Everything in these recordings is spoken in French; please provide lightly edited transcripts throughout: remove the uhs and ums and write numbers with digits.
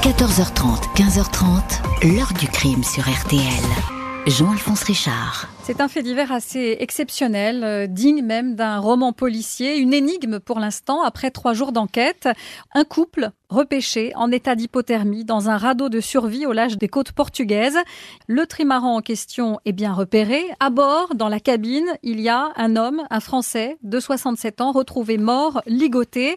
14h30, 15h30, l'heure du crime sur RTL. Jean-Alphonse Richard. C'est un fait divers assez exceptionnel, digne même d'un roman policier, une énigme pour l'instant après 3 jours d'enquête. Un couple repêché en état d'hypothermie dans un radeau de survie au large des côtes portugaises. Le trimaran en question est bien repéré. À bord, dans la cabine, il y a un homme, un Français de 67 ans, retrouvé mort, ligoté.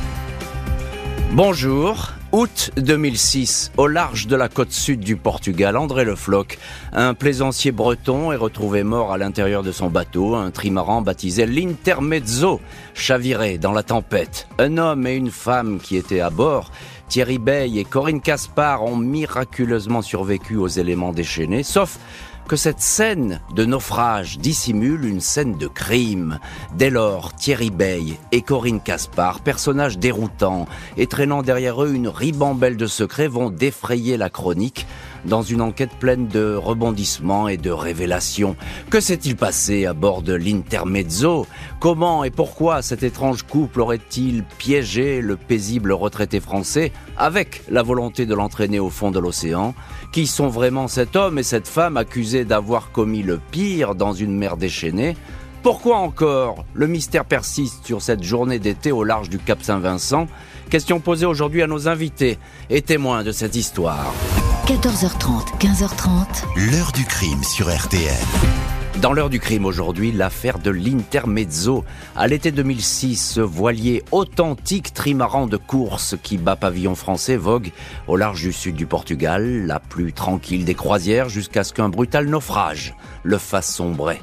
Bonjour. Août 2006, au large de la côte sud du Portugal, André Le Floch, un plaisancier breton, est retrouvé mort à l'intérieur de son bateau, un trimaran baptisé l'Intermezzo, chaviré dans la tempête. Un homme et une femme qui étaient à bord, Thierry Bey et Corinne Caspar, ont miraculeusement survécu aux éléments déchaînés, sauf que cette scène de naufrage dissimule une scène de crime. Dès lors, Thierry Bey et Corinne Caspar, personnages déroutants et traînant derrière eux une ribambelle de secrets, vont défrayer la chronique dans une enquête pleine de rebondissements et de révélations. Que s'est-il passé à bord de l'Intermezzo ? Comment et pourquoi cet étrange couple aurait-il piégé le paisible retraité français avec la volonté de l'entraîner au fond de l'océan ? Qui sont vraiment cet homme et cette femme accusés d'avoir commis le pire dans une mer déchaînée ? Pourquoi encore le mystère persiste sur cette journée d'été au large du Cap Saint-Vincent ? Question posée aujourd'hui à nos invités et témoins de cette histoire. 14h30, 15h30, l'heure du crime sur RTL. Dans l'heure du crime aujourd'hui, l'affaire de l'Intermezzo. À l'été 2006, ce voilier authentique trimaran de course qui bat pavillon français vogue au large du sud du Portugal, la plus tranquille des croisières, jusqu'à ce qu'un brutal naufrage le fasse sombrer.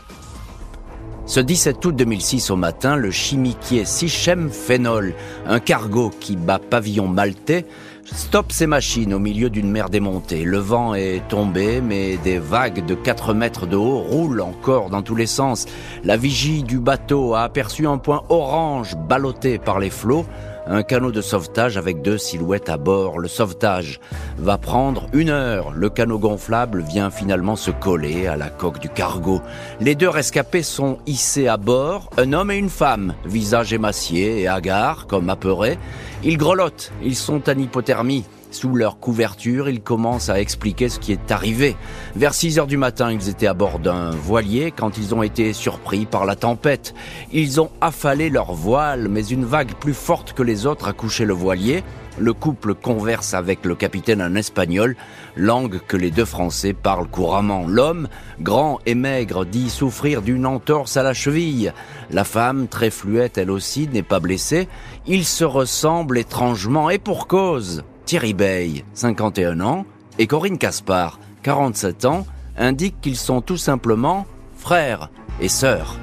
Ce 17 août 2006 au matin, le chimiquier Sichem Phénol, un cargo qui bat pavillon maltais, stoppe ses machines au milieu d'une mer démontée. Le vent est tombé, mais des vagues de 4 mètres de haut roulent encore dans tous les sens. La vigie du bateau a aperçu un point orange ballotté par les flots. Un canot de sauvetage avec 2 silhouettes à bord. Le sauvetage va prendre 1 heure. Le canot gonflable vient finalement se coller à la coque du cargo. Les 2 rescapés sont hissés à bord, un homme et une femme, visage émacié et hagard, comme apeurés. Ils grelottent, ils sont en hypothermie. Sous leur couverture, ils commencent à expliquer ce qui est arrivé. Vers 6 heures du matin, ils étaient à bord d'un voilier quand ils ont été surpris par la tempête. Ils ont affalé leur voile, mais une vague plus forte que les autres a couché le voilier. Le couple converse avec le capitaine en espagnol, langue que les 2 Français parlent couramment. L'homme, grand et maigre, dit souffrir d'une entorse à la cheville. La femme, très fluette elle aussi, n'est pas blessée. Ils se ressemblent étrangement et pour cause. Thierry Bey, 51 ans, et Corinne Caspar, 47 ans, indiquent qu'ils sont tout simplement frères et sœurs.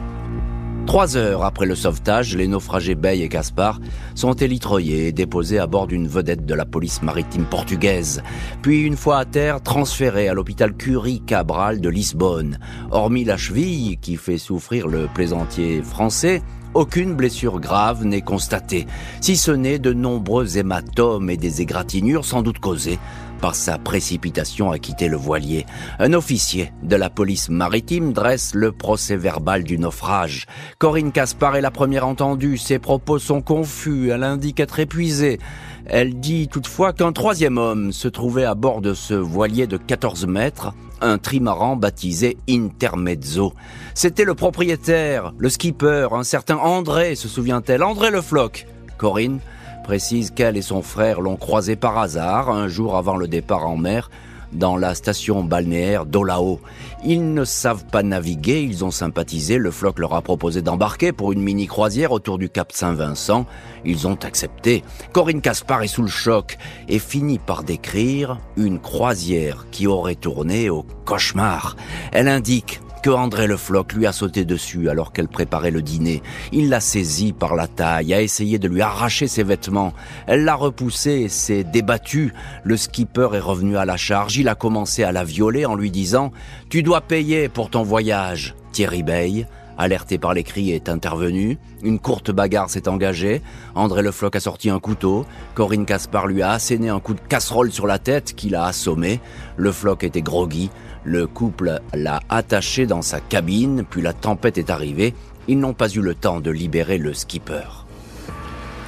3 heures après le sauvetage, les naufragés Bey et Caspar sont élitreillés et déposés à bord d'une vedette de la police maritime portugaise. Puis, une fois à terre, transférés à l'hôpital Curie Cabral de Lisbonne. Hormis la cheville qui fait souffrir le plaisantier français, aucune blessure grave n'est constatée, si ce n'est de nombreux hématomes et des égratignures sans doute causées par sa précipitation à quitter le voilier. Un officier de la police maritime dresse le procès-verbal du naufrage. Corinne Caspar est la première entendue. Ses propos sont confus. Elle indique être épuisée. Elle dit toutefois qu'un 3e homme se trouvait à bord de ce voilier de 14 mètres, un trimaran baptisé Intermezzo. C'était le propriétaire, le skipper, un certain André, se souvient-elle, André Le Floch. Corinne précise qu'elle et son frère l'ont croisé par hasard, un jour avant le départ en mer, dans la station balnéaire d'Olao. Ils ne savent pas naviguer, ils ont sympathisé, le Floch leur a proposé d'embarquer pour une mini-croisière autour du Cap Saint-Vincent. Ils ont accepté. Corinne Caspar est sous le choc et finit par décrire une croisière qui aurait tourné au cauchemar. Elle indique que André Le Floch lui a sauté dessus alors qu'elle préparait le dîner. Il l'a saisie par la taille, a essayé de lui arracher ses vêtements. Elle l'a repoussé et s'est débattue. Le skipper est revenu à la charge. Il a commencé à la violer en lui disant « Tu dois payer pour ton voyage ». Thierry Bey, alerté par les cris, est intervenu. Une courte bagarre s'est engagée. André Le Floch a sorti un couteau. Corinne Caspar lui a asséné un coup de casserole sur la tête qui l'a assommé. Le Floch était groggy. Le couple l'a attaché dans sa cabine, puis la tempête est arrivée. Ils n'ont pas eu le temps de libérer le skipper.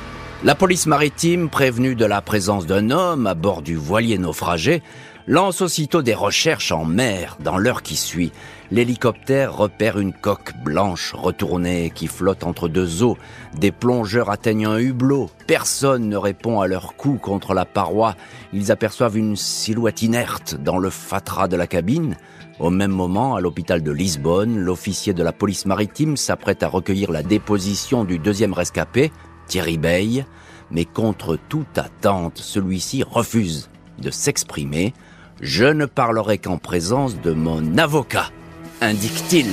La police maritime, prévenue de la présence d'un homme à bord du voilier naufragé, lance aussitôt des recherches en mer. Dans l'heure qui suit, l'hélicoptère repère une coque blanche retournée qui flotte entre deux eaux. Des plongeurs atteignent un hublot. Personne ne répond à leur coup contre la paroi. Ils aperçoivent une silhouette inerte dans le fatras de la cabine. Au même moment, à l'hôpital de Lisbonne, l'officier de la police maritime s'apprête à recueillir la déposition du deuxième rescapé, Thierry Bey, mais contre toute attente, celui-ci refuse de s'exprimer. « Je ne parlerai qu'en présence de mon avocat », indique-t-il.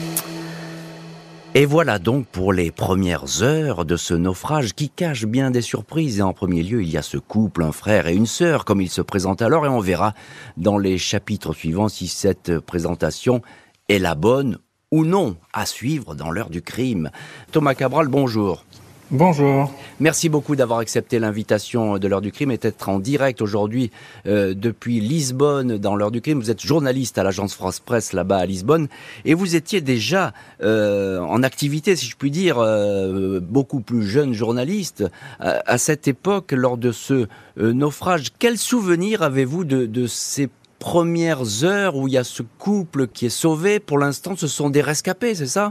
Et voilà donc pour les premières heures de ce naufrage qui cache bien des surprises. Et en premier lieu, il y a ce couple, un frère et une sœur, comme il se présente alors, et on verra dans les chapitres suivants si cette présentation est la bonne ou non à suivre dans l'heure du crime. Thomas Cabral, bonjour. Bonjour. Merci beaucoup d'avoir accepté l'invitation de l'heure du crime et d'être en direct aujourd'hui depuis Lisbonne dans l'heure du crime. Vous êtes journaliste à l'agence France Presse là-bas à Lisbonne et vous étiez déjà en activité, si je puis dire, beaucoup plus jeune journaliste à cette époque lors de ce naufrage. Quel souvenir avez-vous de ces premières heures où il y a ce couple qui est sauvé? Pour l'instant, ce sont des rescapés, c'est ça?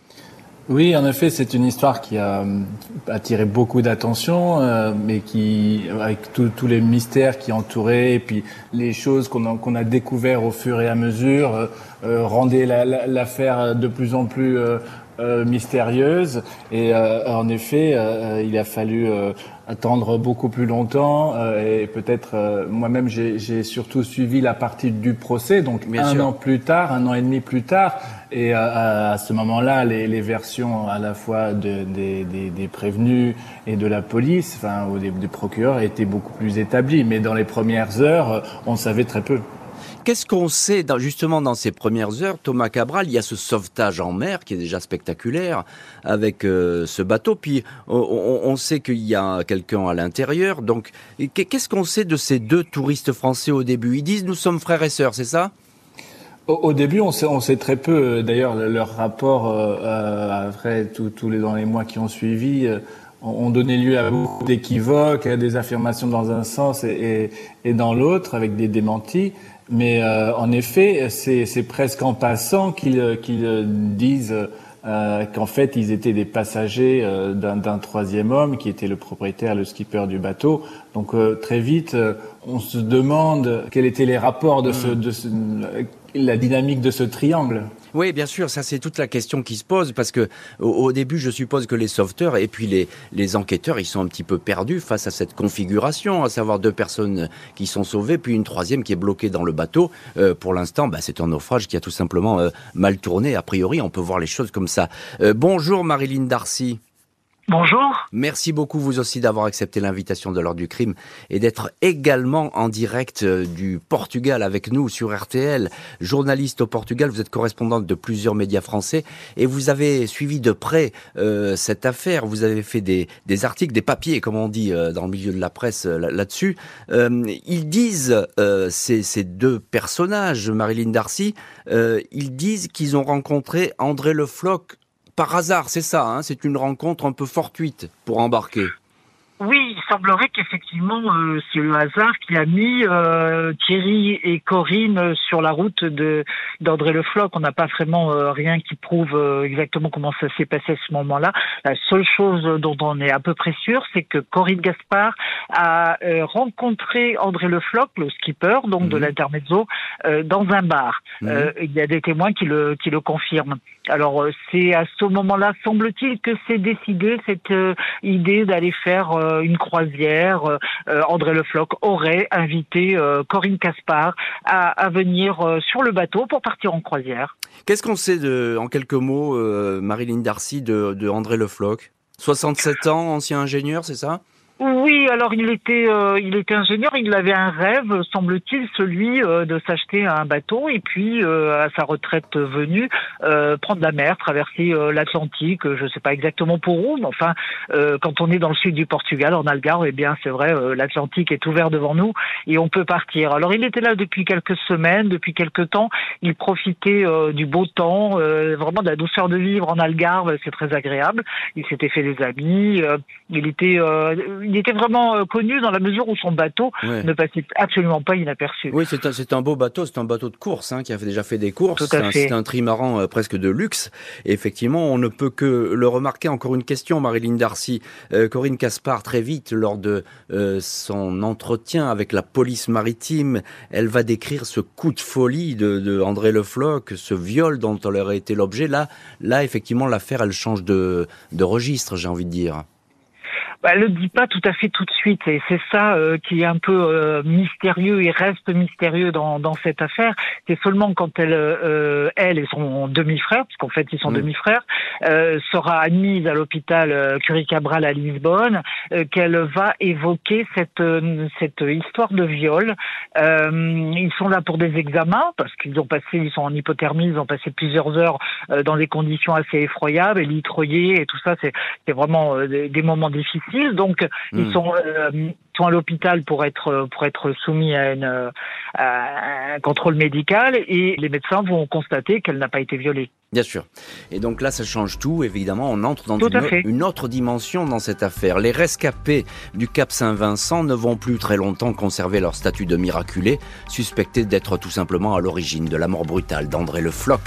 Oui, en effet, c'est une histoire qui a attiré beaucoup d'attention, mais qui, avec tous les mystères qui entouraient, et puis les choses qu'on a découvert au fur et à mesure, rendaient l'affaire de plus en plus mystérieuse. Et en effet, il a fallu attendre beaucoup plus longtemps. Et peut-être, moi-même, j'ai surtout suivi la partie du procès, donc un an et demi plus tard. Et à ce moment-là, les versions à la fois des prévenus et de la police, enfin, ou des procureurs, étaient beaucoup plus établies. Mais dans les premières heures, on savait très peu. Qu'est-ce qu'on sait justement dans ces premières heures, Thomas Cabral? Il y a ce sauvetage en mer qui est déjà spectaculaire avec ce bateau. Puis on sait qu'il y a quelqu'un à l'intérieur. Donc, qu'est-ce qu'on sait de ces deux touristes français au début? Ils disent « nous sommes frères et sœurs », c'est ça? Au début, on sait très peu. D'ailleurs, leur rapport, après dans les mois qui ont suivi, ont donné lieu à beaucoup d'équivoques, à des affirmations dans un sens et dans l'autre, avec des démentis. Mais en effet, c'est presque en passant qu'ils disent qu'en fait, ils étaient des passagers d'un troisième homme qui était le propriétaire, le skipper du bateau. Donc très vite, on se demande quels étaient les rapports de la dynamique de ce triangle. Oui, bien sûr, ça c'est toute la question qui se pose parce que au début, je suppose que les sauveteurs et puis les enquêteurs, ils sont un petit peu perdus face à cette configuration, à savoir deux personnes qui sont sauvées, puis une troisième qui est bloquée dans le bateau. Pour l'instant, c'est un naufrage qui a tout simplement mal tourné. A priori, on peut voir les choses comme ça. Bonjour Marilyn Darcy. Bonjour. Merci beaucoup vous aussi d'avoir accepté l'invitation de l'heure du crime et d'être également en direct du Portugal avec nous sur RTL. Journaliste au Portugal, vous êtes correspondante de plusieurs médias français et vous avez suivi de près cette affaire. Vous avez fait des articles, des papiers comme on dit dans le milieu de la presse là-dessus. Ils disent, ces deux personnages, Marilyn Darcy, ils disent qu'ils ont rencontré André Le Floch par hasard, c'est ça, hein, c'est une rencontre un peu fortuite pour embarquer. Oui, il semblerait qu'effectivement, c'est le hasard qui a mis Thierry et Corinne sur la route d'André Le Floch. On n'a pas vraiment rien qui prouve exactement comment ça s'est passé à ce moment-là. La seule chose dont on est à peu près sûr, c'est que Corinne Gaspard a rencontré André Le Floch, le skipper, donc de l'Intermezzo, dans un bar. Il y a des témoins qui le confirment. Alors, c'est à ce moment-là, semble-t-il, que c'est décidé cette idée d'aller faire une croisière. André Le Floch aurait invité Corinne Gaspard à venir sur le bateau pour partir en croisière. Qu'est-ce qu'on sait en quelques mots, Marilyn Darcy, de André Le Floch? 67 ans, ancien ingénieur, c'est ça? Oui, alors il était ingénieur, il avait un rêve, semble-t-il, celui de s'acheter un bateau et puis à sa retraite venue prendre la mer, traverser l'Atlantique, je sais pas exactement pour où, mais enfin quand on est dans le sud du Portugal, en Algarve, eh bien c'est vrai, l'Atlantique est ouvert devant nous et on peut partir. Alors il était là depuis quelques semaines, depuis quelques temps, il profitait du beau temps, vraiment de la douceur de vivre en Algarve, c'est très agréable. Il s'était fait des amis, il était vraiment connu dans la mesure où son bateau ne passait absolument pas inaperçu. Oui, c'est un beau bateau, c'est un bateau de course qui a déjà fait des courses. Tout à fait. C'est un trimaran presque de luxe. Et effectivement, on ne peut que le remarquer. Encore une question, Marilyn Darcy. Corinne Caspar, très vite, lors de son entretien avec la police maritime, elle va décrire ce coup de folie de André Le Floch, ce viol dont elle aurait été l'objet. Là, effectivement, l'affaire, elle change de registre, j'ai envie de dire. Elle le dit pas tout à fait tout de suite, et c'est ça qui est un peu mystérieux et reste mystérieux dans cette affaire. C'est seulement quand elle et son demi-frère, parce qu'en fait ils sont demi-frères, sera admise à l'hôpital Curie-Cabral à Lisbonne, qu'elle va évoquer cette histoire de viol. Ils sont là pour des examens parce qu'ils sont en hypothermie, ils ont passé plusieurs heures dans des conditions assez effroyables, élitroyés et tout ça. C'est vraiment des moments difficiles. Donc ils sont à l'hôpital pour être soumis à un contrôle médical et les médecins vont constater qu'elle n'a pas été violée. Bien sûr. Et donc là, ça change tout. Évidemment, on entre dans une autre dimension dans cette affaire. Les rescapés du Cap Saint-Vincent ne vont plus très longtemps conserver leur statut de miraculés, suspectés d'être tout simplement à l'origine de la mort brutale d'André Le Floch.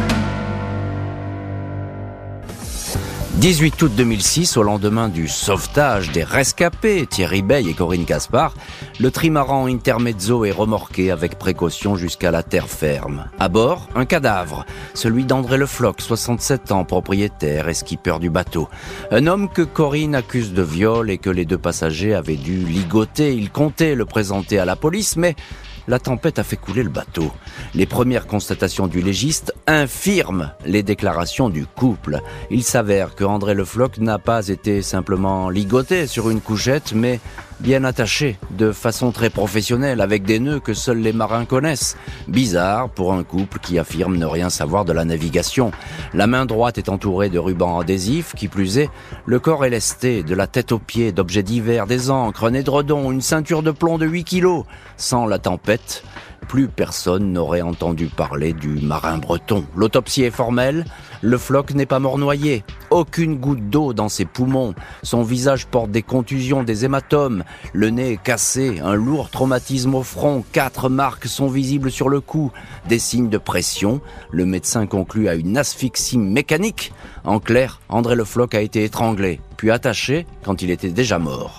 18 août 2006, au lendemain du sauvetage des rescapés, Thierry Bey et Corinne Caspar, le trimaran Intermezzo est remorqué avec précaution jusqu'à la terre ferme. À bord, un cadavre, celui d'André Le Floch, 67 ans, propriétaire et skipper du bateau. Un homme que Corinne accuse de viol et que les deux passagers avaient dû ligoter. Ils comptaient le présenter à la police, mais la tempête a fait couler le bateau. Les premières constatations du légiste infirment les déclarations du couple. Il s'avère que André Le Floch n'a pas été simplement ligoté sur une couchette, mais bien attaché, de façon très professionnelle, avec des nœuds que seuls les marins connaissent. Bizarre pour un couple qui affirme ne rien savoir de la navigation. La main droite est entourée de rubans adhésifs, qui plus est, le corps est lesté de la tête aux pieds d'objets divers, des ancres, un édredon, une ceinture de plomb de 8 kilos. Sans la tempête, plus personne n'aurait entendu parler du marin breton. L'autopsie est formelle, Le Floch n'est pas mort noyé. Aucune goutte d'eau dans ses poumons. Son visage porte des contusions, des hématomes. Le nez est cassé, un lourd traumatisme au front. 4 marques sont visibles sur le cou. Des signes de pression. Le médecin conclut à une asphyxie mécanique. En clair, André Le Floch a été étranglé, puis attaché quand il était déjà mort.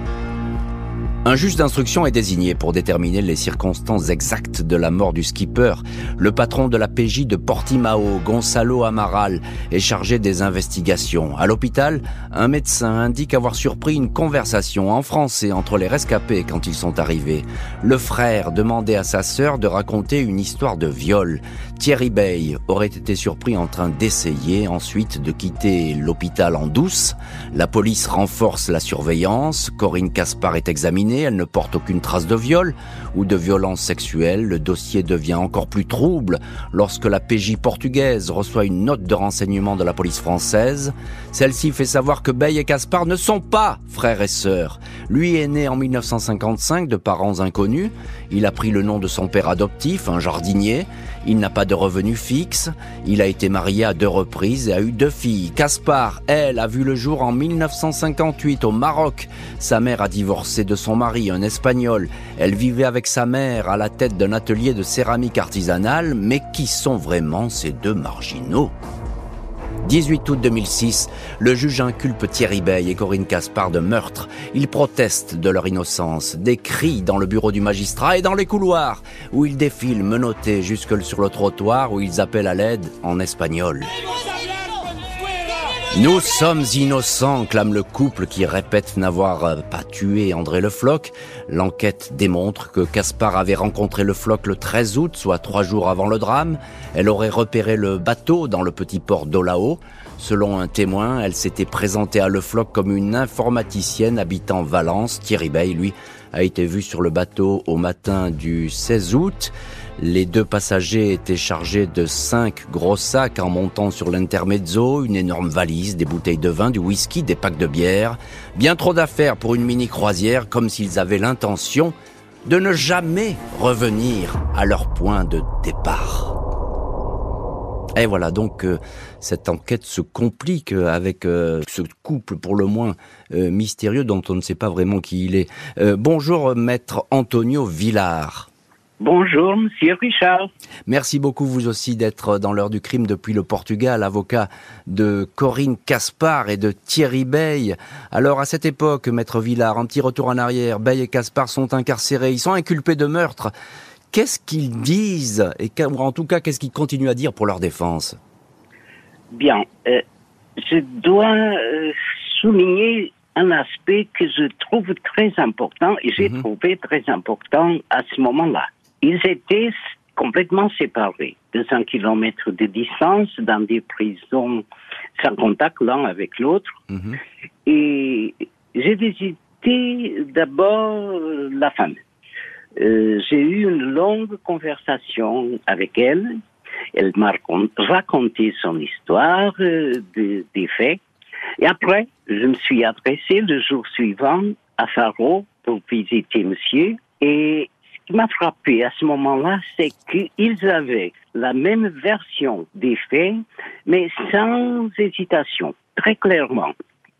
Un juge d'instruction est désigné pour déterminer les circonstances exactes de la mort du skipper. Le patron de la PJ de Portimao, Gonçalo Amaral, est chargé des investigations. À l'hôpital, un médecin indique avoir surpris une conversation en français entre les rescapés quand ils sont arrivés. Le frère demandait à sa sœur de raconter une histoire de viol. Thierry Bey aurait été surpris en train d'essayer ensuite de quitter l'hôpital en douce. La police renforce la surveillance. Corinne Caspar est examinée. Elle ne porte aucune trace de viol ou de violence sexuelle. Le dossier devient encore plus trouble lorsque la PJ portugaise reçoit une note de renseignement de la police française. Celle-ci fait savoir que Bey et Caspar ne sont pas frères et sœurs. Lui est né en 1955 de parents inconnus. Il a pris le nom de son père adoptif, un jardinier. Il n'a pas de revenus fixes. Il a été marié à 2 reprises et a eu 2 filles. Caspar, elle, a vu le jour en 1958 au Maroc. Sa mère a divorcé de son mari, un Espagnol. Elle vivait avec sa mère à la tête d'un atelier de céramique artisanale. Mais qui sont vraiment ces 2 marginaux ? 18 août 2006, le juge inculpe Thierry Bey et Corinne Caspar de meurtre. Ils protestent de leur innocence. Des cris dans le bureau du magistrat et dans les couloirs, où ils défilent menottés jusque sur le trottoir, où ils appellent à l'aide en espagnol. Nous sommes innocents, clame le couple qui répète n'avoir pas tué André Le Floch. L'enquête démontre que Caspar avait rencontré Le Floch le 13 août, soit 3 jours avant le drame. Elle aurait repéré le bateau dans le petit port d'Olao. Selon un témoin, elle s'était présentée à Le Floch comme une informaticienne habitant Valence. Thierry Bey, lui, a été vu sur le bateau au matin du 16 août. Les 2 passagers étaient chargés de 5 gros sacs en montant sur l'Intermezzo, une énorme valise, des bouteilles de vin, du whisky, des packs de bière. Bien trop d'affaires pour une mini-croisière, comme s'ils avaient l'intention de ne jamais revenir à leur point de départ. Et voilà, donc cette enquête se complique avec ce couple pour le moins mystérieux dont on ne sait pas vraiment qui il est. Bonjour maître Antonio Villard. Bonjour, monsieur Richard. Merci beaucoup, vous aussi, d'être dans l'heure du crime depuis le Portugal, avocat de Corinne Caspar et de Thierry Bey. Alors, à cette époque, maître Villard, un petit retour en arrière, Bey et Caspar sont incarcérés, ils sont inculpés de meurtre. Qu'est-ce qu'ils disent, ou en tout cas, qu'est-ce qu'ils continuent à dire pour leur défense? Bien, je dois souligner un aspect que je trouve très important, et j'ai trouvé très important à ce moment-là. Ils étaient complètement séparés, 200 kilomètres de distance, dans des prisons sans contact l'un avec l'autre. Et j'ai visité d'abord la femme. J'ai eu une longue conversation avec elle. Elle m'a raconté son histoire, des faits. Et après, je me suis adressé le jour suivant à Faro pour visiter monsieur. Et ce qui m'a frappé à ce moment-là, c'est qu'ils avaient la même version des faits, mais sans hésitation, très clairement.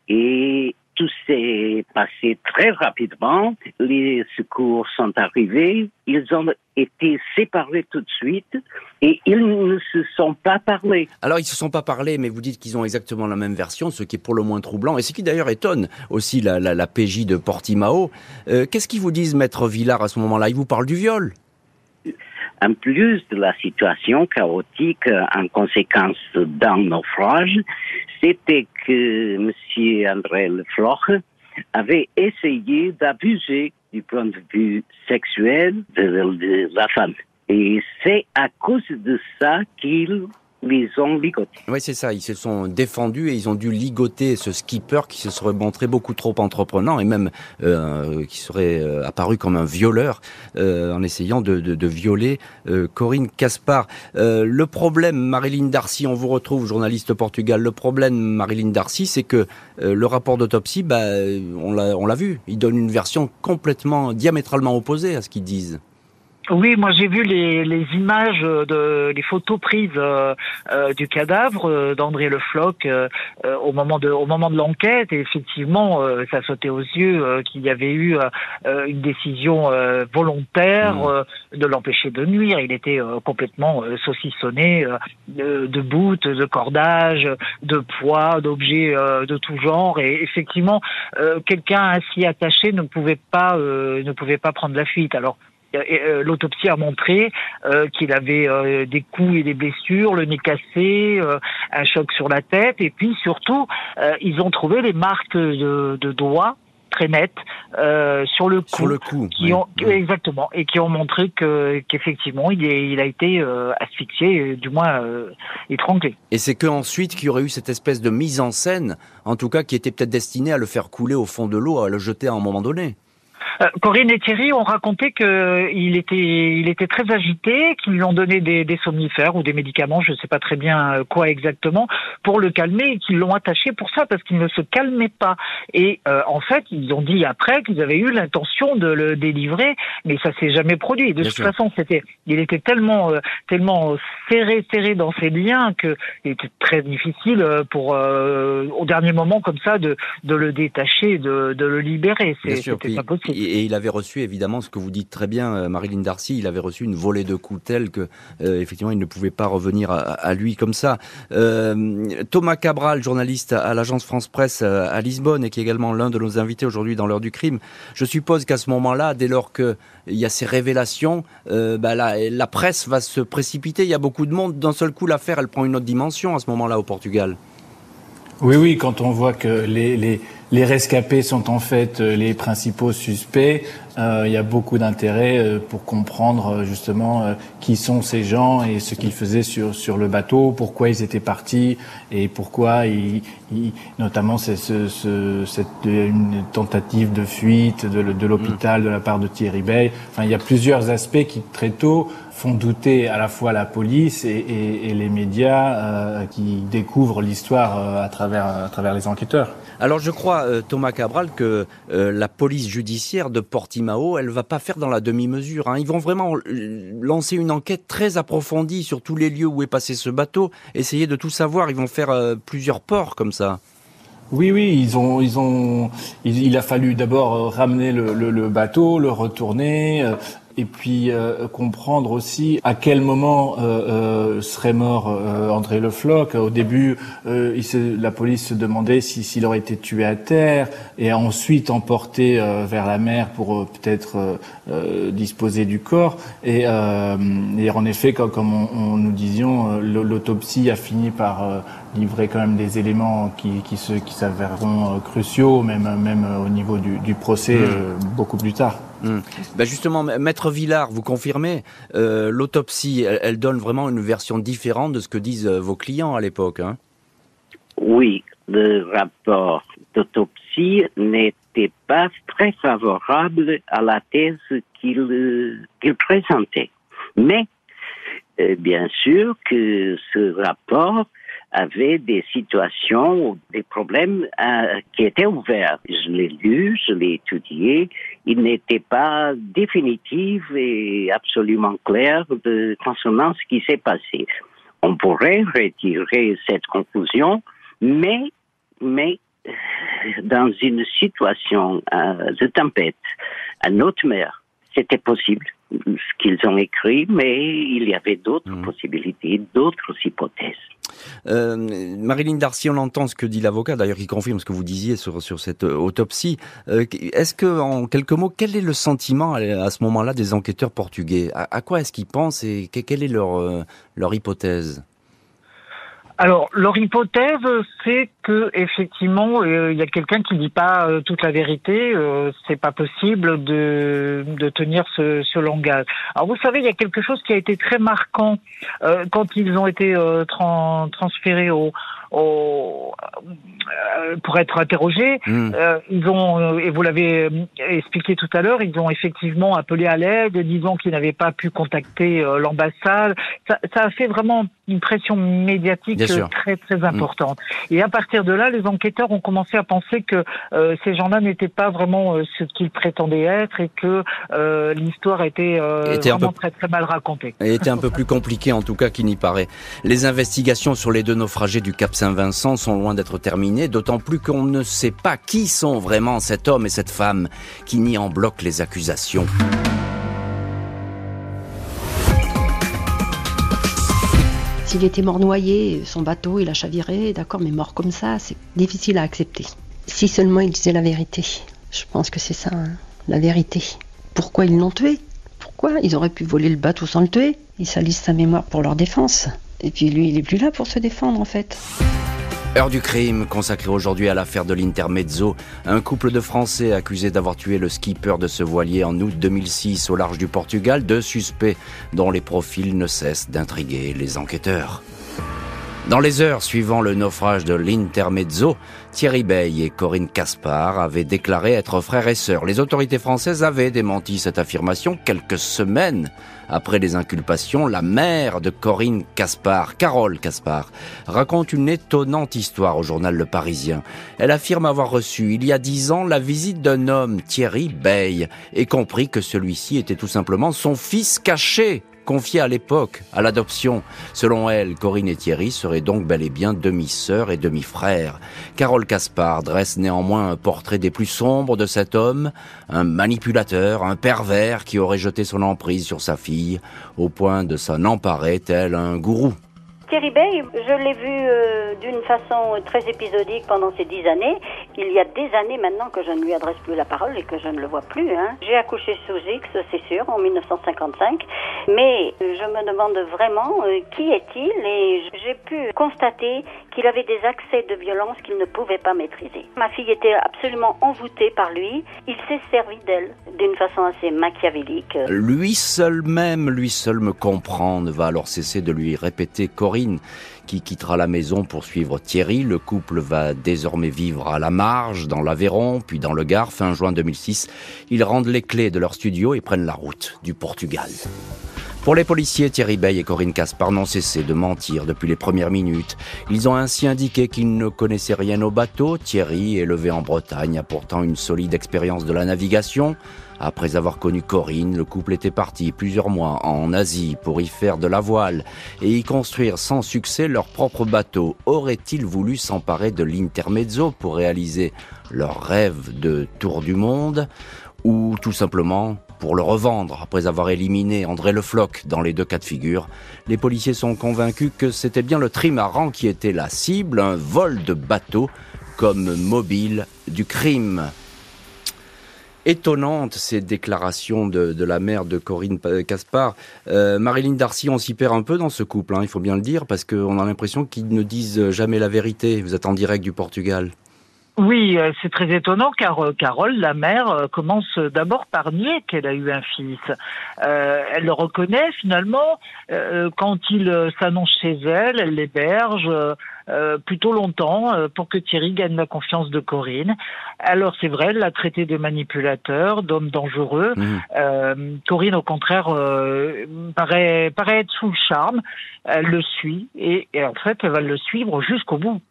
Et tout s'est passé très rapidement. Les secours sont arrivés. Ils ont été séparés tout de suite et ils ne se sont pas parlé. Alors, ils ne se sont pas parlé, mais vous dites qu'ils ont exactement la même version, ce qui est pour le moins troublant. Et ce qui d'ailleurs étonne aussi la PJ de Portimao. Qu'est-ce qu'ils vous disent, maître Villard, à ce moment-là? Ils vous parlent du viol? En plus de la situation chaotique en conséquence d'un naufrage, c'était que M. André Le Floch avait essayé d'abuser du point de vue sexuel de la femme. Et c'est à cause de ça qu'ils les ont ligotés. Oui, c'est ça. Ils se sont défendus et ils ont dû ligoter ce skipper qui se serait montré beaucoup trop entreprenant et même qui serait apparu comme un violeur en essayant de violer Corinne Caspar. Le problème, Marilyn Darcy, on vous retrouve, journaliste Portugal. Le problème, Marilyn Darcy, c'est que le rapport d'autopsie, on l'a vu, il donne une version complètement, diamétralement opposée à ce qu'ils disent. Oui, moi j'ai vu les images les photos prises du cadavre d'André Le Floch au moment de l'enquête. Et effectivement, ça sautait aux yeux qu'il y avait eu une décision volontaire de l'empêcher de nuire. Il était complètement saucissonné de boutes, de cordages, de poids, d'objets de tout genre. Et effectivement, quelqu'un ainsi attaché ne pouvait pas prendre la fuite. Alors l'autopsie a montré qu'il avait des coups et des blessures, le nez cassé, un choc sur la tête, et puis surtout ils ont trouvé les marques de doigts très nettes sur le cou, exactement, et qui ont montré qu'effectivement il a été asphyxié, du moins étranglé. Et c'est qu'ensuite qu'il y aurait eu cette espèce de mise en scène, en tout cas qui était peut-être destinée à le faire couler au fond de l'eau, à le jeter à un moment donné. Corinne et Thierry ont raconté qu'il était très agité, qu'ils lui ont donné des somnifères ou des médicaments, je ne sais pas très bien quoi exactement, pour le calmer, et qu'ils l'ont attaché pour ça, parce qu'il ne se calmait pas. Et en fait, ils ont dit après qu'ils avaient eu l'intention de le délivrer, mais ça s'est jamais produit. De toute façon, il était tellement serré dans ses liens qu'il était très difficile pour au dernier moment comme ça de le détacher, de le libérer. C'était pas possible. Et il avait reçu, évidemment, ce que vous dites très bien, Marilyn Darcy, il avait reçu une volée de coups telle que, effectivement, il ne pouvait pas revenir à lui comme ça. Thomas Cabral, journaliste à l'agence France Presse à Lisbonne et qui est également l'un de nos invités aujourd'hui dans l'heure du crime. Je suppose qu'à ce moment-là, dès lors qu'il y a ces révélations, la presse va se précipiter. Il y a beaucoup de monde. D'un seul coup, l'affaire, elle prend une autre dimension à ce moment-là au Portugal. Oui, quand on voit que les rescapés sont en fait les principaux suspects, il y a beaucoup d'intérêt pour comprendre justement qui sont ces gens et ce qu'ils faisaient sur le bateau, pourquoi ils étaient partis et pourquoi notamment une tentative de fuite de l'hôpital de la part de Thierry Bey. Enfin, il y a plusieurs aspects qui très tôt font douter à la fois la police et les médias qui découvrent l'histoire à travers les enquêteurs. Alors je crois, Thomas Cabral, que la police judiciaire de Portimao, elle va pas faire dans la demi-mesure. Ils vont vraiment lancer une enquête très approfondie sur tous les lieux où est passé ce bateau, essayer de tout savoir. Ils vont faire plusieurs ports comme ça. Oui, il a fallu d'abord ramener le bateau, le retourner, et puis comprendre aussi à quel moment serait mort André Le Floch. Au début, la police se demandait s'il aurait été tué à terre et ensuite emporté vers la mer pour peut-être disposer du corps. Et en effet, comme nous disions, l'autopsie a fini par livrer quand même des éléments qui s'avéreront cruciaux, même au niveau du procès beaucoup plus tard. Justement, Maître Villard, vous confirmez, l'autopsie, elle donne vraiment une version différente de ce que disent vos clients à l'époque, Oui, le rapport d'autopsie n'était pas très favorable à la thèse qu'il présentait. Mais, bien sûr que ce rapport avait des situations, des problèmes qui étaient ouverts. Je l'ai lu, je l'ai étudié. Il n'était pas définitif et absolument clair concernant ce qui s'est passé. On pourrait retirer cette conclusion, mais dans une situation de tempête à haute mer, c'était possible ce qu'ils ont écrit, mais il y avait d'autres possibilités, d'autres hypothèses. Marilyn Darcy, on entend ce que dit l'avocat, d'ailleurs qui confirme ce que vous disiez sur cette autopsie. Est-ce que, en quelques mots, quel est le sentiment à ce moment-là des enquêteurs portugais ? À quoi est-ce qu'ils pensent et quelle est leur hypothèse ? Alors, leur hypothèse, c'est que effectivement, il y a quelqu'un qui dit pas toute la vérité. C'est pas possible de tenir ce langage. Alors, vous savez, il y a quelque chose qui a été très marquant quand ils ont été transférés pour être interrogés. Ils ont, et vous l'avez expliqué tout à l'heure, ils ont effectivement appelé à l'aide, disant qu'ils n'avaient pas pu contacter l'ambassade. Ça a fait vraiment une pression médiatique très très importante. Et à partir de là, les enquêteurs ont commencé à penser que ces gens-là n'étaient pas vraiment ce qu'ils prétendaient être et que l'histoire était vraiment très très mal racontée. Elle était un peu plus compliquée en tout cas qu'il n'y paraît. Les investigations sur les deux naufragés du Cap Saint-Vincent sont loin d'être terminées, d'autant plus qu'on ne sait pas qui sont vraiment cet homme et cette femme qui nient en bloc les accusations. S'il était mort noyé, son bateau, il a chaviré, d'accord, mais mort comme ça, c'est difficile à accepter. Si seulement il disait la vérité. Je pense que c'est ça, la vérité. Pourquoi ils l'ont tué ? Pourquoi ? Ils auraient pu voler le bateau sans le tuer. Ils salissent sa mémoire pour leur défense. Et puis lui, il est plus là pour se défendre, en fait. Heure du crime, consacrée aujourd'hui à l'affaire de l'Intermezzo. Un couple de Français accusés d'avoir tué le skipper de ce voilier en août 2006 au large du Portugal. 2 suspects dont les profils ne cessent d'intriguer les enquêteurs. Dans les heures suivant le naufrage de l'Intermezzo, Thierry Bey et Corinne Caspar avaient déclaré être frères et sœurs. Les autorités françaises avaient démenti cette affirmation quelques semaines après les inculpations. La mère de Corinne Caspar, Carole Caspar, raconte une étonnante histoire au journal Le Parisien. Elle affirme avoir reçu, il y a 10 ans, la visite d'un homme, Thierry Bey, et compris que celui-ci était tout simplement son fils caché, confié à l'époque à l'adoption. Selon elle, Corinne et Thierry seraient donc bel et bien demi-sœurs et demi-frères. Carole Caspar dresse néanmoins un portrait des plus sombres de cet homme, un manipulateur, un pervers qui aurait jeté son emprise sur sa fille, au point de s'en emparer tel un gourou. Thierry Bey, je l'ai vu d'une façon très épisodique pendant ces 10 années. Il y a des années maintenant que je ne lui adresse plus la parole et que je ne le vois plus. J'ai accouché sous X, c'est sûr, en 1955. Mais je me demande vraiment qui est-il, et j'ai pu constater qu'il avait des accès de violence qu'il ne pouvait pas maîtriser. Ma fille était absolument envoûtée par lui. Il s'est servi d'elle d'une façon assez machiavélique. Lui seul me comprend, ne va alors cesser de lui répéter Corinne, qui quittera la maison pour suivre Thierry. Le couple va désormais vivre à la marge, dans l'Aveyron, puis dans le Gard. Fin juin 2006, ils rendent les clés de leur studio et prennent la route du Portugal. Pour les policiers, Thierry Bey et Corinne Caspar n'ont cessé de mentir depuis les premières minutes. Ils ont ainsi indiqué qu'ils ne connaissaient rien au bateau. Thierry, élevé en Bretagne, a pourtant une solide expérience de la navigation. Après avoir connu Corinne, le couple était parti plusieurs mois en Asie pour y faire de la voile et y construire sans succès leur propre bateau. Auraient-ils voulu s'emparer de l'Intermezzo pour réaliser leur rêve de tour du monde, ou tout simplement pour le revendre après avoir éliminé André Le Floch? Dans les deux cas de figure, les policiers sont convaincus que c'était bien le trimaran qui était la cible, un vol de bateau comme mobile du crime. Étonnantes ces déclarations de la mère de Corinne Caspar. Marilyn Darcy, on s'y perd un peu dans ce couple, il faut bien le dire, parce qu'on a l'impression qu'ils ne disent jamais la vérité. Vous êtes en direct du Portugal. Oui, c'est très étonnant car Carole, la mère, commence d'abord par nier qu'elle a eu un fils. Elle le reconnaît finalement quand il s'annonce chez elle, elle l'héberge plutôt longtemps pour que Thierry gagne la confiance de Corinne. Alors c'est vrai, elle l'a traité de manipulateur, d'homme dangereux. Corinne au contraire paraît être sous le charme. Elle le suit et en fait elle va le suivre jusqu'au bout.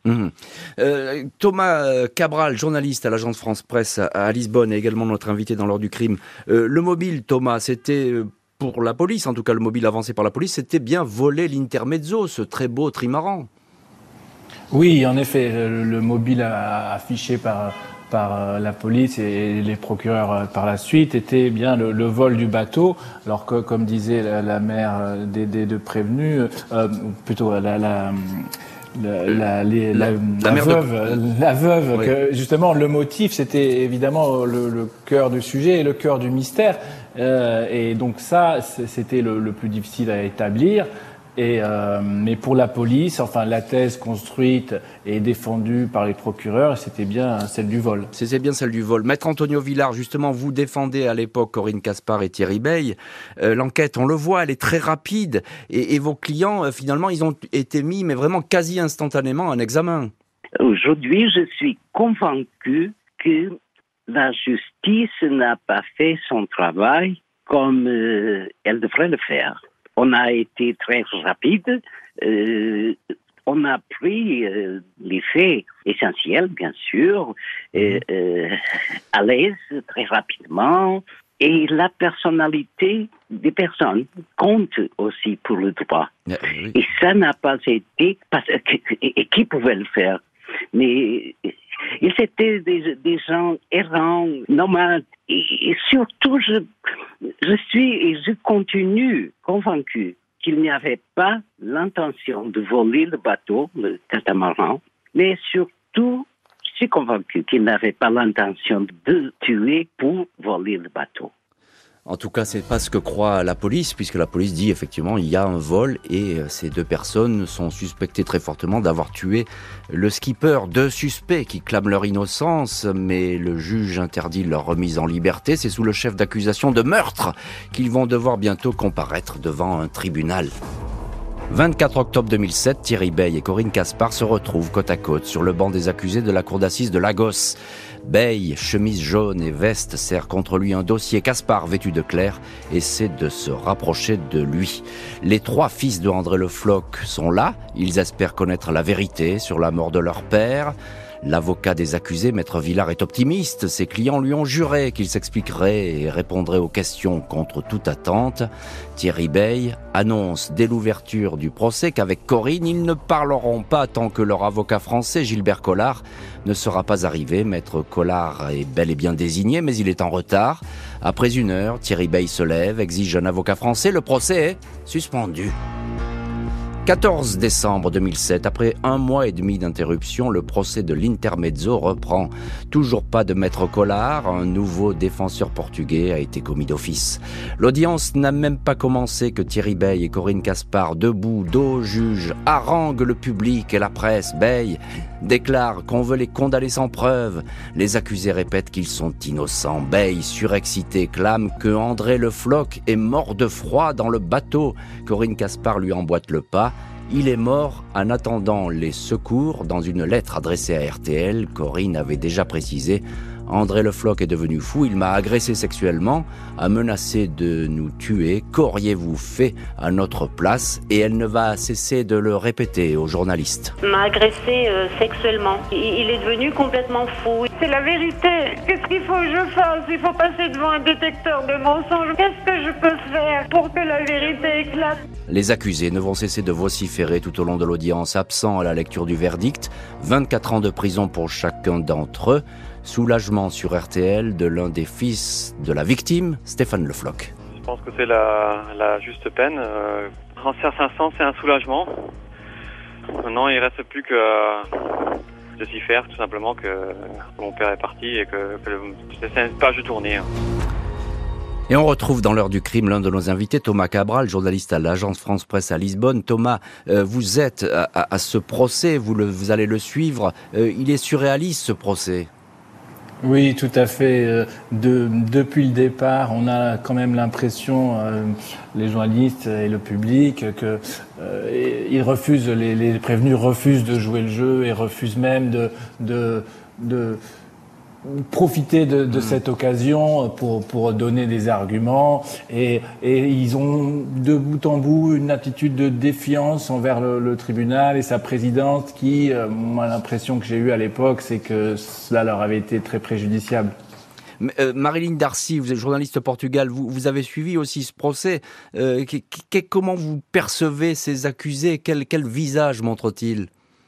Thomas Cabral, journaliste à l'agence France Presse à Lisbonne, et également notre invité dans l'heure du crime. Le mobile, Thomas, c'était pour la police, en tout cas le mobile avancé par la police, c'était bien voler l'Intermezzo, ce très beau trimaran. Oui, en effet, le mobile affiché par la police et les procureurs par la suite était bien le vol du bateau, alors que, comme disait la mère des deux prévenus, plutôt la veuve, oui. Que justement le motif c'était évidemment le cœur du sujet et le cœur du mystère, et donc ça c'était le plus difficile à établir. Mais pour la police, enfin la thèse construite et défendue par les procureurs, c'était bien celle du vol. C'était bien celle du vol. Maître Antonio Villard, justement, vous défendez à l'époque Corinne Caspar et Thierry Bey. L'enquête, on le voit, elle est très rapide. Et vos clients, finalement, ils ont été mis, mais vraiment quasi instantanément, en examen. Aujourd'hui, je suis convaincu que la justice n'a pas fait son travail comme elle devrait le faire. On a été très rapide, on a pris les faits essentiels, bien sûr, à l'aise, très rapidement, et la personnalité des personnes compte aussi pour le droit. Oui. Et ça n'a pas été... Et qui pouvait le faire? Mais ils étaient des gens errants, nomades. Et surtout, je suis et je continue convaincu qu'il n'y avait pas l'intention de voler le bateau, le catamaran, mais surtout, je suis convaincu qu'il n'avait pas l'intention de tuer pour voler le bateau. En tout cas, c'est pas ce que croit la police, puisque la police dit effectivement il y a un vol et ces deux personnes sont suspectées très fortement d'avoir tué le skipper. Deux suspects qui clament leur innocence, mais le juge interdit leur remise en liberté. C'est sous le chef d'accusation de meurtre qu'ils vont devoir bientôt comparaître devant un tribunal. 24 octobre 2007, Thierry Bey et Corinne Caspar se retrouvent côte à côte sur le banc des accusés de la cour d'assises de Lagos. Bey, chemise jaune et veste, serre contre lui un dossier. Caspar, vêtu de clair, essaie de se rapprocher de lui. Les trois fils de André Le Floch sont là. Ils espèrent connaître la vérité sur la mort de leur père. L'avocat des accusés, Maître Villard, est optimiste. Ses clients lui ont juré qu'il s'expliquerait et répondrait aux questions contre toute attente. Thierry Bey annonce dès l'ouverture du procès qu'avec Corinne, ils ne parleront pas tant que leur avocat français, Gilbert Collard, ne sera pas arrivé. Maître Collard est bel et bien désigné, mais il est en retard. Après 1 heure, Thierry Bey se lève, exige un avocat français. Le procès est suspendu. 14 décembre 2007, après 1 mois et demi d'interruption, le procès de l'Intermezzo reprend. Toujours pas de maître Collard, un nouveau défenseur portugais a été commis d'office. L'audience n'a même pas commencé que Thierry Bey et Corinne Caspar, debout, dos au juge, haranguent le public et la presse. Bey déclare qu'on veut les condamner sans preuve. Les accusés répètent qu'ils sont innocents. Bey, surexcité, clame que André Le Floch est mort de froid dans le bateau. Corinne Caspar lui emboîte le pas. Il est mort en attendant les secours. Dans une lettre adressée à RTL, Corinne avait déjà précisé « André Le Floch est devenu fou, il m'a agressé sexuellement, a menacé de nous tuer. Qu'auriez-vous fait à notre place ?» Et elle ne va cesser de le répéter aux journalistes. Il m'a agressé sexuellement. Il est devenu complètement fou. C'est la vérité. Qu'est-ce qu'il faut que je fasse? Il faut passer devant un détecteur de mensonges. Qu'est-ce que je peux faire pour que la vérité éclate? Les accusés ne vont cesser de vociférer tout au long de l'audience, absents à la lecture du verdict. 24 ans de prison pour chacun d'entre eux. Soulagement sur RTL de l'un des fils de la victime, Stéphane Le Floch. Je pense que c'est la juste peine. En certain sens, c'est un soulagement. Maintenant, il ne reste plus que de s'y faire, tout simplement, que mon père est parti et que c'est une page tournée. Et on retrouve dans l'heure du crime l'un de nos invités, Thomas Cabral, journaliste à l'agence France Presse à Lisbonne. Thomas, vous êtes à ce procès, vous allez le suivre. Il est surréaliste, ce procès. Oui, tout à fait. Depuis le départ, on a quand même l'impression, les journalistes et le public, que ils refusent, les prévenus refusent de jouer le jeu et refusent même de profiter de cette occasion pour donner des arguments et ils ont de bout en bout une attitude de défiance envers le tribunal et sa présidente qui, moi l'impression que j'ai eue à l'époque, c'est que cela leur avait été très préjudiciable. Marilyn Darcy, vous êtes journaliste au Portugal, vous avez suivi aussi ce procès. Comment vous percevez ces accusés? Quel visage montrent-ils?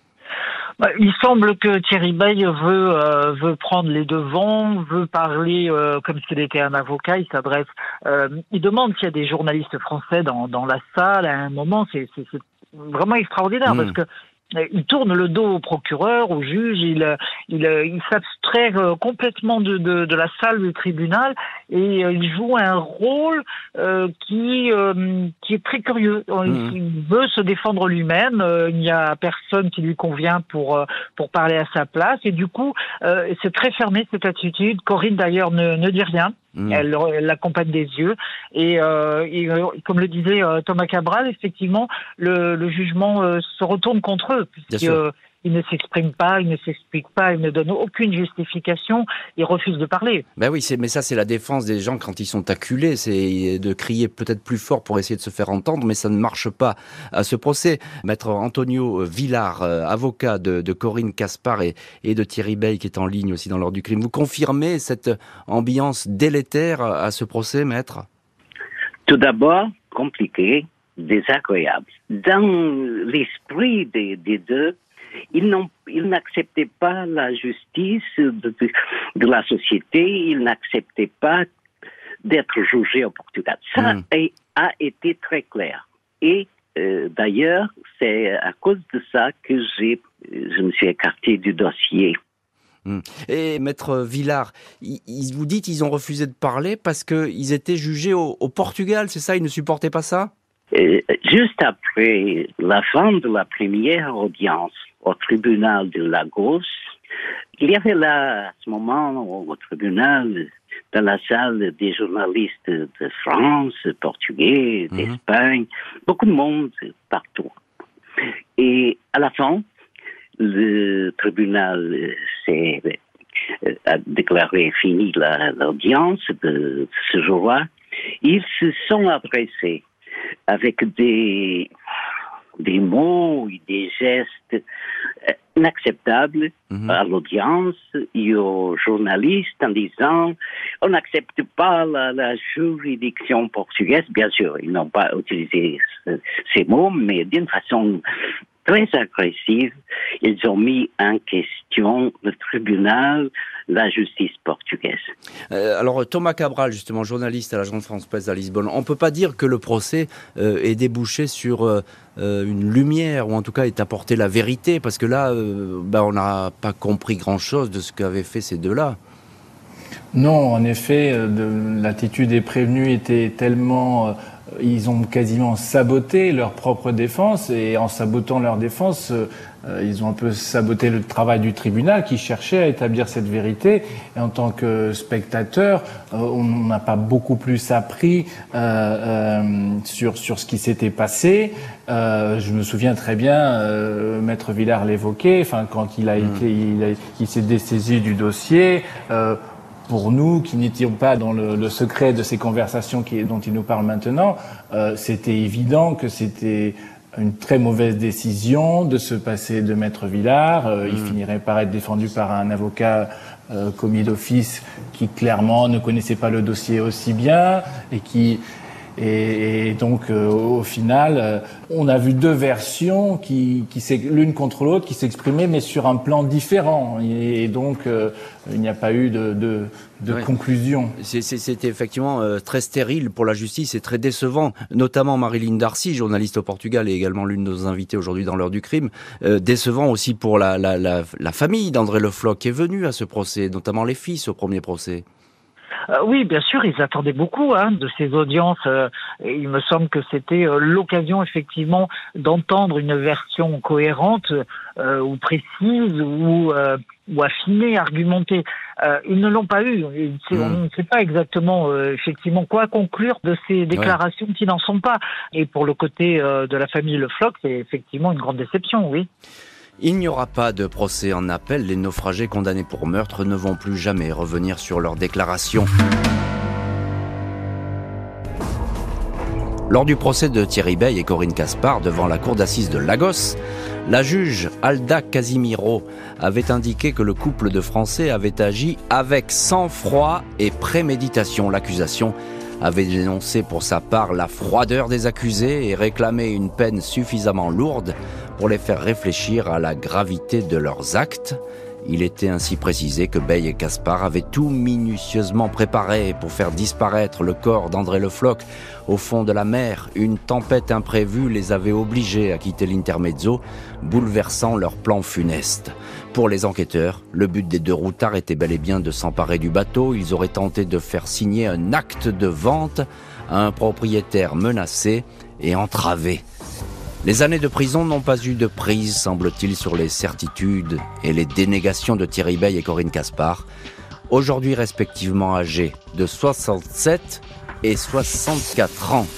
Il semble que Thierry Bey veut prendre les devants, veut parler comme s'il était un avocat. Il s'adresse, il demande s'il y a des journalistes français dans la salle. À un moment, c'est vraiment extraordinaire parce que il tourne le dos au procureur, au juge. Il s'abstrait complètement de la salle du tribunal et il joue un rôle qui est très curieux. Il veut se défendre lui-même. Il n'y a personne qui lui convient pour parler à sa place et du coup c'est très fermé cette attitude. Corinne d'ailleurs ne dit rien. Elle l'accompagne des yeux et comme le disait Thomas Cabral, effectivement le jugement se retourne contre eux puisqu'ils ne s'expriment pas, ils ne s'expliquent pas, ils ne donnent aucune justification, ils refusent de parler. Ben oui, mais ça c'est la défense des gens quand ils sont acculés, c'est de crier peut-être plus fort pour essayer de se faire entendre, mais ça ne marche pas à ce procès. Maître Antonio Villar, avocat de Corinne Caspar et de Thierry Bey qui est en ligne aussi dans l'heure du crime, vous confirmez cette ambiance délétère à ce procès, maître? Tout d'abord, compliqué, désagréable. Dans l'esprit des deux, ils n'acceptaient pas la justice de la société, ils n'acceptaient pas d'être jugés au Portugal. Ça a été très clair. Et d'ailleurs, c'est à cause de ça que je me suis écarté du dossier. Et maître Villar, vous dites qu'ils ont refusé de parler parce qu'ils étaient jugés au Portugal, c'est ça? Ils ne supportaient pas ça? Juste après la fin de la première audience au tribunal de Lagos, il y avait là, à ce moment, au tribunal, dans la salle, des journalistes de France, portugais, d'Espagne, beaucoup de monde partout. Et à la fin, le tribunal a déclaré fini l'audience de ce jour-là. Ils se sont adressés avec des mots et des gestes inacceptables à l'audience et aux journalistes en disant on n'accepte pas la juridiction portugaise. Bien sûr, ils n'ont pas utilisé ces mots, mais d'une façon très agressive. Ils ont mis en question le tribunal, la justice portugaise. Alors Thomas Cabral, justement, journaliste à l'agence France-Presse à Lisbonne, on ne peut pas dire que le procès ait débouché sur une lumière, ou en tout cas ait apporté la vérité, parce que là, on n'a pas compris grand-chose de ce qu'avaient fait ces deux-là. Non, en effet, l'attitude des prévenus était tellement... ils ont quasiment saboté leur propre défense, et en sabotant leur défense, ils ont un peu saboté le travail du tribunal qui cherchait à établir cette vérité. Et en tant que spectateur, on n'a pas beaucoup plus appris sur ce qui s'était passé. Je me souviens très bien, Maître Villard l'évoquait, enfin quand il s'est dessaisi du dossier. Pour nous, qui n'étions pas dans le secret de ces conversations dont il nous parle maintenant, c'était évident que c'était une très mauvaise décision de se passer de Maître Villard. Il finirait par être défendu par un avocat commis d'office qui clairement ne connaissait pas le dossier aussi bien et donc au final, on a vu deux versions qui l'une contre l'autre qui s'exprimaient, mais sur un plan différent. Et donc il n'y a pas eu de conclusion. C'était effectivement très stérile pour la justice et très décevant, notamment Marilyn Darcy, journaliste au Portugal et également l'une de nos invitées aujourd'hui dans l'heure du crime. Décevant aussi pour la famille d'André Le Floch qui est venue à ce procès, notamment les fils au premier procès. Oui, bien sûr, ils attendaient beaucoup de ces audiences. Et il me semble que c'était l'occasion effectivement d'entendre une version cohérente ou précise ou affinée, argumentée. Ils ne l'ont pas eu. On ne sait pas exactement effectivement quoi conclure de ces déclarations qui n'en sont pas. Et pour le côté de la famille Le Floch, c'est effectivement une grande déception, oui. Il n'y aura pas de procès en appel. Les naufragés condamnés pour meurtre ne vont plus jamais revenir sur leurs déclarations. Lors du procès de Thierry Bey et Corinne Caspar devant la cour d'assises de Lagos, la juge Alda Casimiro avait indiqué que le couple de Français avait agi avec sang-froid et préméditation. L'accusation avait dénoncé pour sa part la froideur des accusés et réclamé une peine suffisamment lourde pour les faire réfléchir à la gravité de leurs actes. Il était ainsi précisé que Bey et Caspar avaient tout minutieusement préparé pour faire disparaître le corps d'André Le Floch au fond de la mer. Une tempête imprévue les avait obligés à quitter l'Intermezzo, bouleversant leur plan funeste. Pour les enquêteurs, le but des deux routards était bel et bien de s'emparer du bateau. Ils auraient tenté de faire signer un acte de vente à un propriétaire menacé et entravé. Les années de prison n'ont pas eu de prise, semble-t-il, sur les certitudes et les dénégations de Thierry Bey et Corinne Caspar, aujourd'hui respectivement âgés de 67 et 64 ans.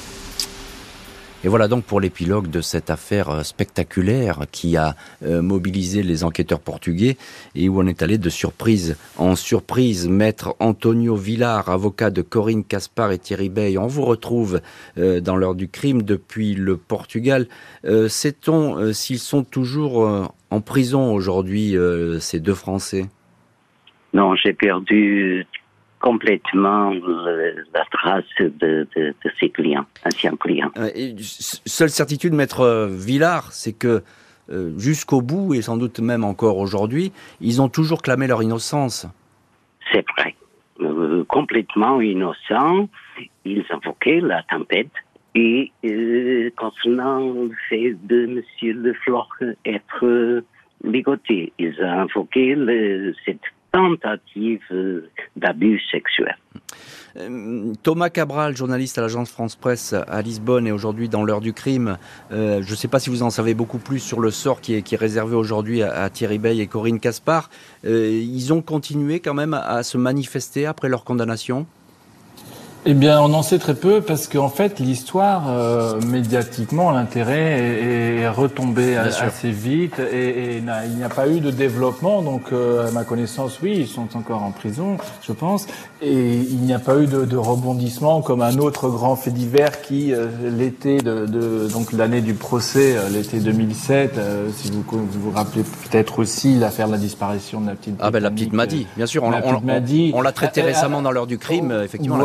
Et voilà donc pour l'épilogue de cette affaire spectaculaire qui a mobilisé les enquêteurs portugais et où on est allé de surprise en surprise. Maître Antonio Villar, avocat de Corinne Caspar et Thierry Bey, on vous retrouve dans l'heure du crime depuis le Portugal. Sait-on s'ils sont toujours en prison aujourd'hui, ces deux Français ? Non, j'ai perdu complètement la trace de ses clients, anciens clients. Seule certitude, Maître Villar, c'est que jusqu'au bout, et sans doute même encore aujourd'hui, ils ont toujours clamé leur innocence. C'est vrai. Complètement innocents, ils invoquaient la tempête. Et concernant le fait de M. Le Floch être ligoté, ils ont invoqué cette tentative d'abus sexuel. Thomas Cabral, journaliste à l'agence France-Presse à Lisbonne et aujourd'hui dans l'heure du crime. Je ne sais pas si vous en savez beaucoup plus sur le sort qui est réservé aujourd'hui à Thierry Bey et Corinne Caspar. Ils ont continué quand même à se manifester après leur condamnation ? Eh bien, on en sait très peu parce qu'en fait, l'histoire, médiatiquement, l'intérêt est retombé assez vite et il n'y a pas eu de développement. Donc, à ma connaissance, oui, ils sont encore en prison, je pense. Et il n'y a pas eu de rebondissement comme un autre grand fait divers qui, l'été donc l'année du procès, l'été 2007, si vous rappelez peut-être aussi l'affaire de la disparition de la petite la petite Madi, bien sûr. On l'a traité récemment dans l'heure du crime, effectivement. Voilà.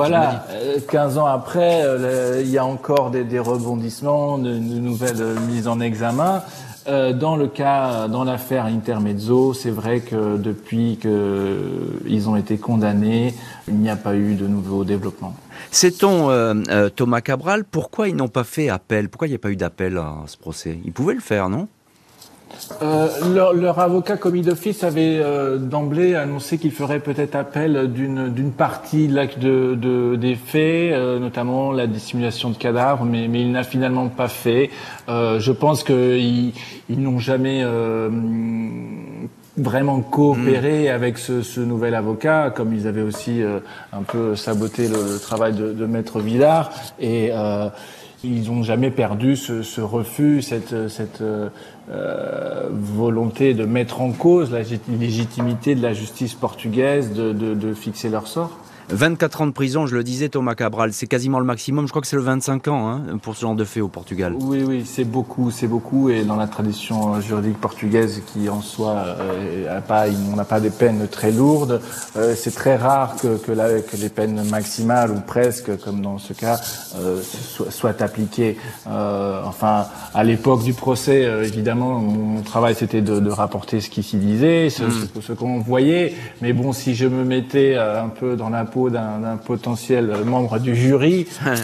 15 ans après, il y a encore des rebondissements, de nouvelles mises en examen. Dans l'affaire Intermezzo, c'est vrai que depuis qu'ils ont été condamnés, il n'y a pas eu de nouveaux développements. Sait-on, Thomas Cabral, pourquoi ils n'ont pas fait appel? Pourquoi il n'y a pas eu d'appel à ce procès? Ils pouvaient le faire, non? Leur avocat commis d'office avait d'emblée annoncé qu'il ferait peut-être appel d'une partie des faits, notamment la dissimulation de cadavres, mais il n'a finalement pas fait. Je pense qu'ils n'ont jamais vraiment coopéré avec ce nouvel avocat, comme ils avaient aussi un peu saboté le travail de Maître Villard, et ils n'ont jamais perdu ce refus, cette volonté de mettre en cause la légitimité de la justice portugaise de fixer leur sort. 24 ans de prison, je le disais, Thomas Cabral, c'est quasiment le maximum. Je crois que c'est le 25 ans pour ce genre de fait au Portugal. Oui, c'est beaucoup. Et dans la tradition juridique portugaise, qui en soi on n'a pas des peines très lourdes, c'est très rare que les peines maximales, ou presque, comme dans ce cas, soient appliquées. À l'époque du procès, évidemment, mon travail c'était de rapporter ce qui s'y disait, ce qu'on voyait. Mais bon, si je me mettais un peu dans la peau d'un potentiel membre du jury,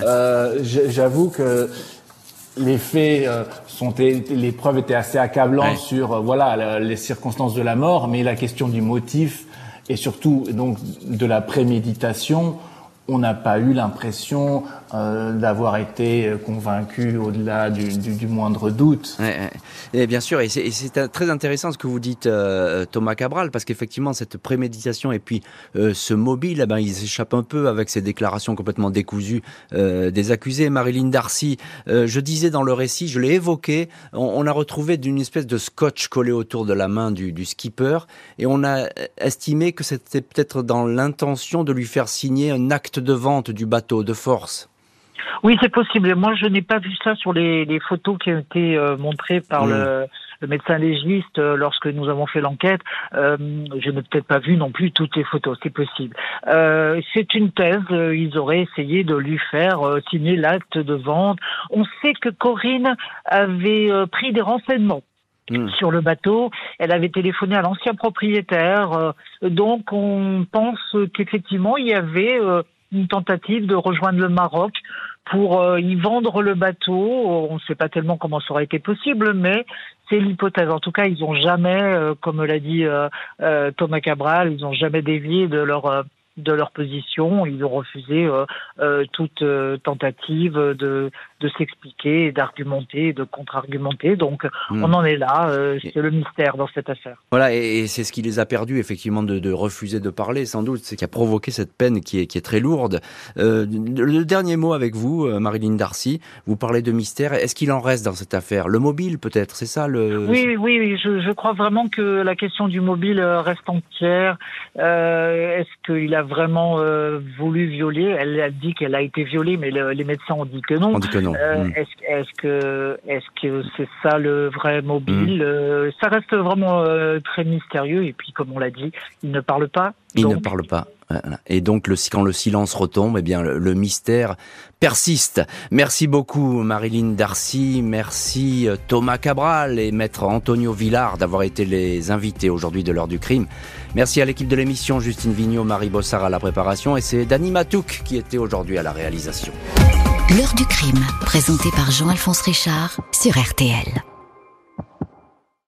j'avoue que les faits les preuves étaient assez accablantes sur les circonstances de la mort, mais la question du motif et surtout donc de la préméditation, on n'a pas eu l'impression d'avoir été convaincu au-delà du moindre doute. Et bien sûr, et c'est très intéressant ce que vous dites, Thomas Cabral, parce qu'effectivement, cette préméditation et puis ce mobile, il s'échappe un peu avec ces déclarations complètement décousues des accusés. Marilyn Darcy, je disais dans le récit, je l'ai évoqué, on a retrouvé d'une espèce de scotch collé autour de la main du skipper, et on a estimé que c'était peut-être dans l'intention de lui faire signer un acte de vente du bateau de force. Oui, c'est possible. Moi, je n'ai pas vu ça sur les photos qui ont été montrées par le médecin légiste lorsque nous avons fait l'enquête. Je n'ai peut-être pas vu non plus toutes les photos, c'est possible. C'est une thèse, ils auraient essayé de lui faire signer l'acte de vente. On sait que Corinne avait pris des renseignements sur le bateau, elle avait téléphoné à l'ancien propriétaire, donc on pense qu'effectivement il y avait une tentative de rejoindre le Maroc pour y vendre le bateau. On ne sait pas tellement comment ça aurait été possible, mais c'est l'hypothèse. En tout cas, ils n'ont jamais, comme l'a dit Thomas Cabral, ils n'ont jamais dévié de leur position. Ils ont refusé toute tentative de s'expliquer, d'argumenter, de contre-argumenter. Donc, on en est là. C'est le mystère dans cette affaire. Voilà, et c'est ce qui les a perdus, effectivement, de refuser de parler, sans doute. C'est qui a provoqué cette peine qui est très lourde. Le dernier mot avec vous, Marilyn Darcy. Vous parlez de mystère. Est-ce qu'il en reste dans cette affaire? Le mobile, peut-être, c'est ça Oui. Je crois vraiment que la question du mobile reste entière. Est-ce qu'il a vraiment voulu violer? Elle dit qu'elle a été violée, mais les médecins ont dit que non. On dit que non. Est-ce que c'est ça le vrai mobile? Ça reste vraiment très mystérieux. Et puis, comme on l'a dit, il ne parle pas. Il ne parle pas. Et donc, quand le silence retombe, le mystère persiste. Merci beaucoup, Marilyn Darcy. Merci, Thomas Cabral et Maître Antonio Villard d'avoir été les invités aujourd'hui de l'heure du crime. Merci à l'équipe de l'émission, Justine Vignot, Marie Bossard à la préparation, et c'est Dany Matouk qui était aujourd'hui à la réalisation. L'heure du crime, présentée par Jean-Alphonse Richard sur RTL.